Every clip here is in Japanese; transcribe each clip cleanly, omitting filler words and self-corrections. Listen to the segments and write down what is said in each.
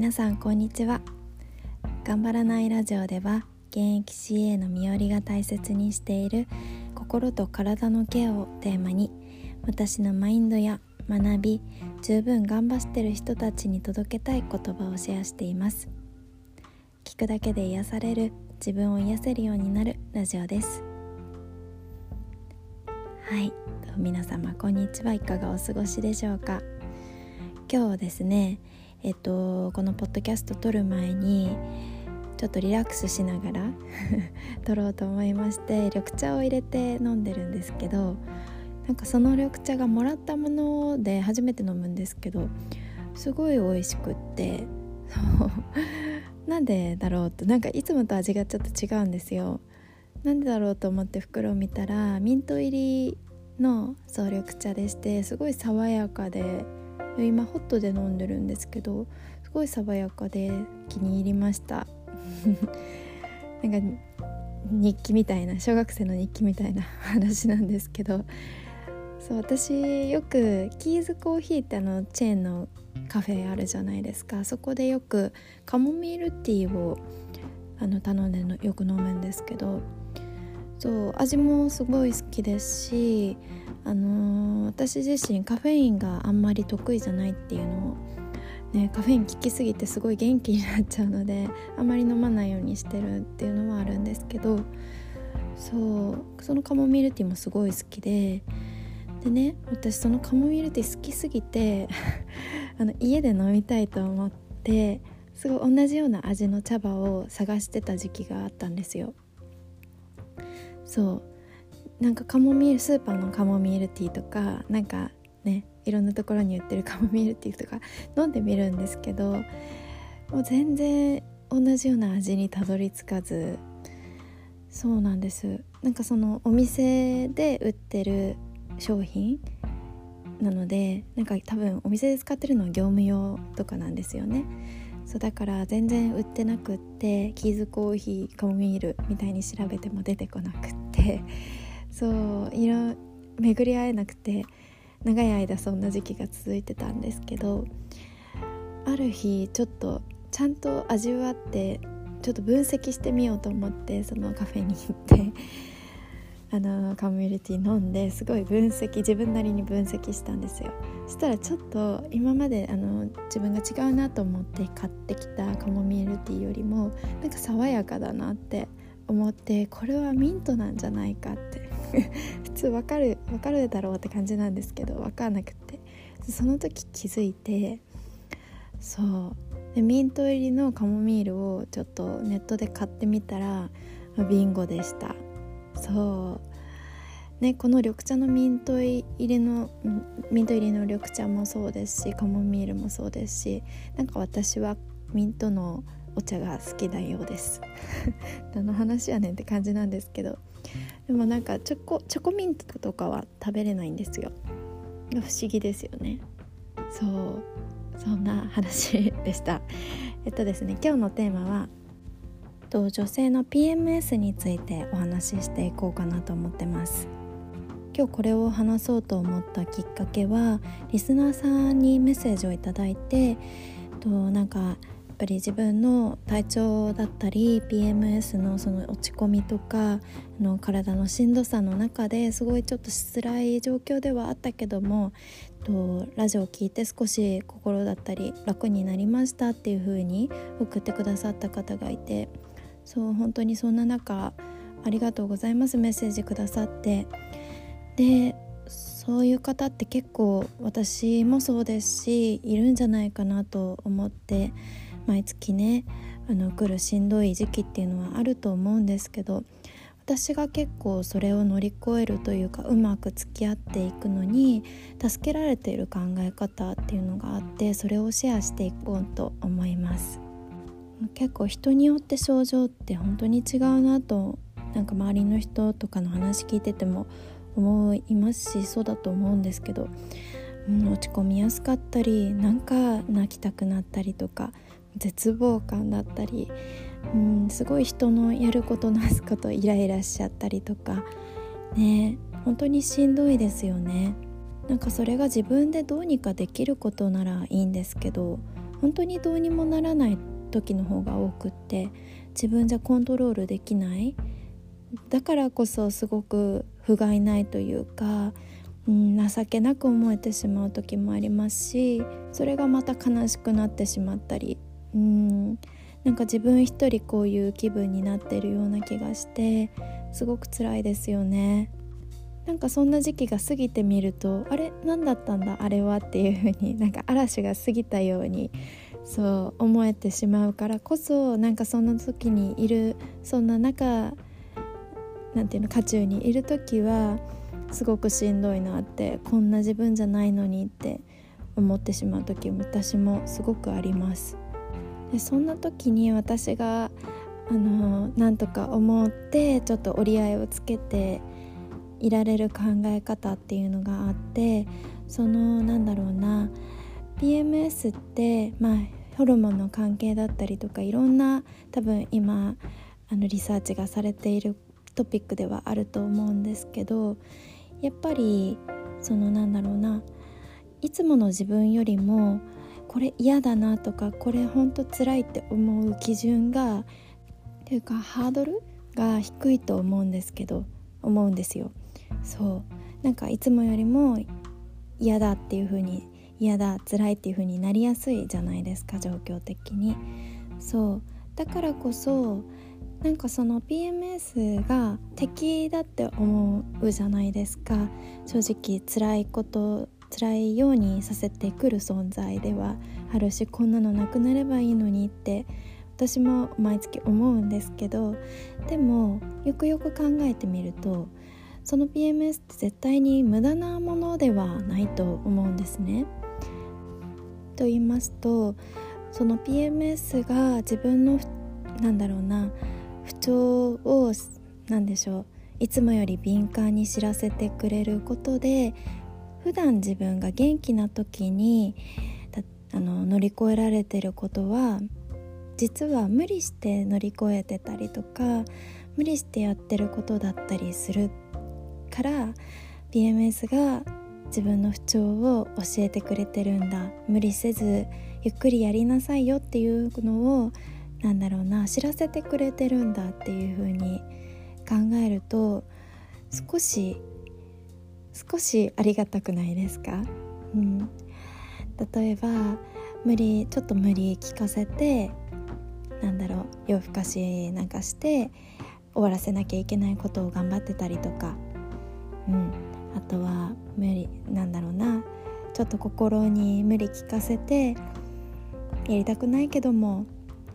皆さんこんにちは。頑張らないラジオでは現役 CA の身寄りが大切にしている心と体のケアをテーマに、私のマインドや学び、十分頑張ってる人たちに届けたい言葉をシェアしています。聞くだけで癒される、自分を癒せるようになるラジオです。はい、皆様こんにちは。いかがお過ごしでしょうか。今日はですね、このポッドキャスト撮る前にちょっとリラックスしながら撮ろうと思いまして、緑茶を入れて飲んでるんですけど、なんかその緑茶がもらったもので初めて飲むんですけど、すごい美味しくってなんでだろうと、なんかいつもと味がちょっと違うんですよ。なんでだろうと思って袋を見たら、ミント入りの緑茶でして、すごい爽やかで、今ホットで飲んでるんですけど、すごい爽やかで気に入りましたなんか日記みたいな、小学生の日記みたいな話なんですけど、そう、私よくキーズコーヒーってチェーンのカフェあるじゃないですか。そこでよくカモミールティーを頼んでよく飲むんですけど、そう味もすごい好きですし、私自身カフェインがあんまり得意じゃないっていうのをね、カフェイン効きすぎてすごい元気になっちゃうので、あまり飲まないようにしてるっていうのもあるんですけど、そのカモミールティーもすごい好きでね、私そのカモミールティー好きすぎて家で飲みたいと思って、すごい同じような味の茶葉を探してた時期があったんですよ。そうなんかカモミール、スーパーのカモミールティーとか、なんかね、いろんなところに売ってるカモミールティーとか飲んでみるんですけど、もう全然同じような味にたどり着かず、そうなんです。なんかそのお店で売ってる商品なので、なんか多分お店で使ってるのは業務用とかなんですよね。そうだから全然売ってなくって、キーズコーヒー、カモミールみたいに調べても出てこなくって、そう巡り合えなくて、長い間そんな時期が続いてたんですけど、ある日ちょっとちゃんと味わって、ちょっと分析してみようと思って、そのカフェに行ってカモミールティー飲んで、すごい自分なりに分析したんですよ。そしたらちょっと今まで自分が違うなと思って買ってきたカモミールティーよりもなんか爽やかだなって思って、これはミントなんじゃないかって普通わかるだろうって感じなんですけど、わかんなくて、その時気づいて、そうでミント入りのカモミールをちょっとネットで買ってみたらビンゴでした。そうね、この緑茶のミント入りの緑茶もそうですし、カモミールもそうですし、なんか私はミントのお茶が好きなようです何の話やねんって感じなんですけど、でもなんかチョコミントとかは食べれないんですよ。不思議ですよね。そんな話でしたですね、今日のテーマは女性の PMS についてお話ししていこうかなと思ってます。今日これを話そうと思ったきっかけは、リスナーさんにメッセージをいただいて、なんかやっぱり自分の体調だったり PMS のその落ち込みとか体のしんどさの中で、すごいちょっと辛い状況ではあったけども、ラジオを聞いて少し心だったり楽になりましたっていう風に送ってくださった方がいて、本当にそんな中ありがとうございます。メッセージくださって。でそういう方って結構私もそうですし、いるんじゃないかなと思って、毎月ね来るしんどい時期っていうのはあると思うんですけど、私が結構それを乗り越えるというか、うまく付き合っていくのに助けられている考え方っていうのがあって、それをシェアしていこうと思います。結構人によって症状って本当に違うなと、なんか周りの人とかの話聞いてても思いますし、そうだと思うんですけど、落ち込みやすかったり、なんか泣きたくなったりとか、絶望感だったり、すごい人のやることなすことイライラしちゃったりとかね、本当にしんどいですよね。なんかそれが自分でどうにかできることならいいんですけど、 本当にどうにもならない時の方が多くって、自分じゃコントロールできない、だからこそすごく不甲斐ないというか、情けなく思えてしまう時もありますし、それがまた悲しくなってしまったり、なんか自分一人こういう気分になっているような気がして、すごく辛いですよね。なんかそんな時期が過ぎてみると、あれ何だったんだあれはっていう風に、なんか嵐が過ぎたようにそう思えてしまうからこそ、なんかそんな時にいる、そんな中なんていうの、渦中にいる時はすごくしんどいなって、こんな自分じゃないのにって思ってしまう時も私もすごくあります。でそんな時に私がなんとか思ってちょっと折り合いをつけていられる考え方っていうのがあって、そのPMS ってホルモンの関係だったりとか、いろんな多分今リサーチがされているトピックではあると思うんですけど、やっぱりいつもの自分よりもこれ嫌だなとか、これ本当辛いって思う基準がっていうかハードルが低いと思うんですよ。そうなんかいつもよりも嫌だっていう風に、嫌だ辛いっていう風になりやすいじゃないですか、状況的に。そうだからこそなんかその PMS が敵だって思うじゃないですか。正直辛いようにさせてくる存在ではあるし、こんなのなくなればいいのにって私も毎月思うんですけど、でもよくよく考えてみると、その PMS って絶対に無駄なものではないと思うんですね。と言いますと、その PMS が自分の不調をいつもより敏感に知らせてくれることで、普段自分が元気な時に乗り越えられてることは、実は無理して乗り越えてたりとか、無理してやってることだったりするから、 PMS が自分の不調を教えてくれてるんだ、無理せずゆっくりやりなさいよっていうのを知らせてくれてるんだっていう風に考えると、少しありがたくないですか？例えばちょっと無理聞かせて夜更かしなんかして終わらせなきゃいけないことを頑張ってたりとか、あとはちょっと心に無理聞かせて、やりたくないけども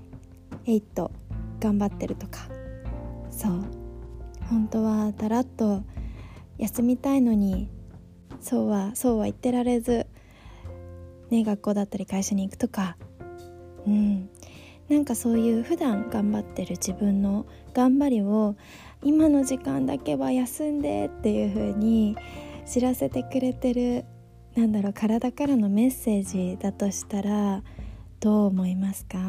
頑張ってるとか、そう本当はだらっと休みたいのにそうは言ってられず、学校だったり会社に行くとか、なんかそういう普段頑張ってる自分の頑張りを今の時間だけは休んでっていう風に知らせてくれてる体からのメッセージだとしたらどう思いますか？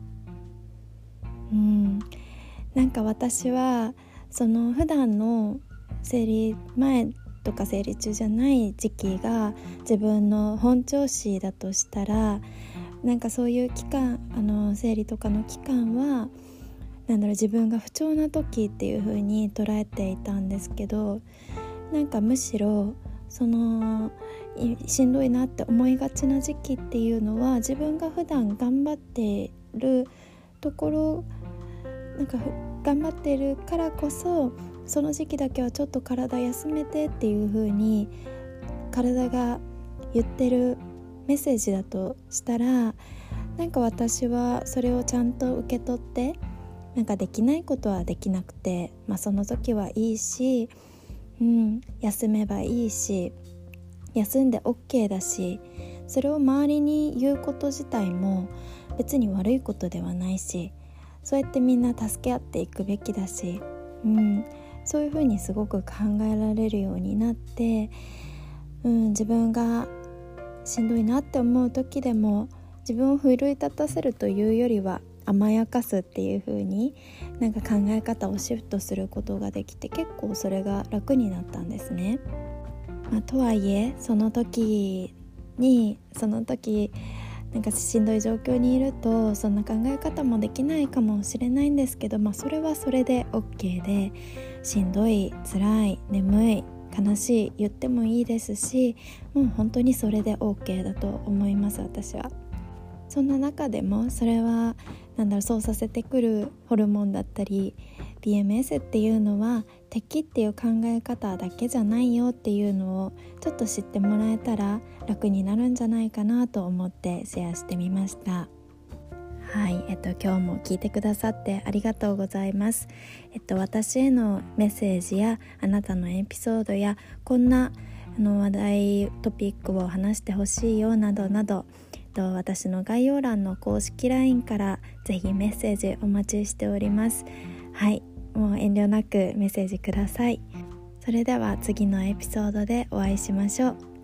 なんか私はその普段の生理前とか生理中じゃない時期が自分の本調子だとしたら、なんかそういう期間生理とかの期間は自分が不調な時っていう風に捉えていたんですけど、なんかむしろそのしんどいなって思いがちな時期っていうのは、自分が普段頑張ってるところ頑張ってるからこそ、その時期だけはちょっと体休めてっていう風に体が言ってるメッセージだとしたら、なんか私はそれをちゃんと受け取って、できないことはできなくて、その時はいいし、休めばいいし、休んで OK だし、それを周りに言うこと自体も別に悪いことではないし、そうやってみんな助け合っていくべきだし、そういうふうにすごく考えられるようになって、自分がしんどいなって思う時でも自分を奮い立たせるというよりは甘やかすっていう風に考え方をシフトすることができて、結構それが楽になったんですね。とはいえその時なんかしんどい状況にいるとそんな考え方もできないかもしれないんですけど、それはそれで OK で、しんどい、辛い、眠い、悲しい言ってもいいですし、もう本当にそれで OK だと思います。私はそんな中でもそれはそうさせてくるホルモンだったり PMS っていうのは敵っていう考え方だけじゃないよっていうのをちょっと知ってもらえたら楽になるんじゃないかなと思ってシェアしてみました。はい、今日も聞いてくださってありがとうございます。私へのメッセージやあなたのエピソードやこんな話題トピックを話してほしいよなどなど、私の概要欄の公式 LINE からぜひメッセージお待ちしております。はい、もう遠慮なくメッセージください。それでは次のエピソードでお会いしましょう。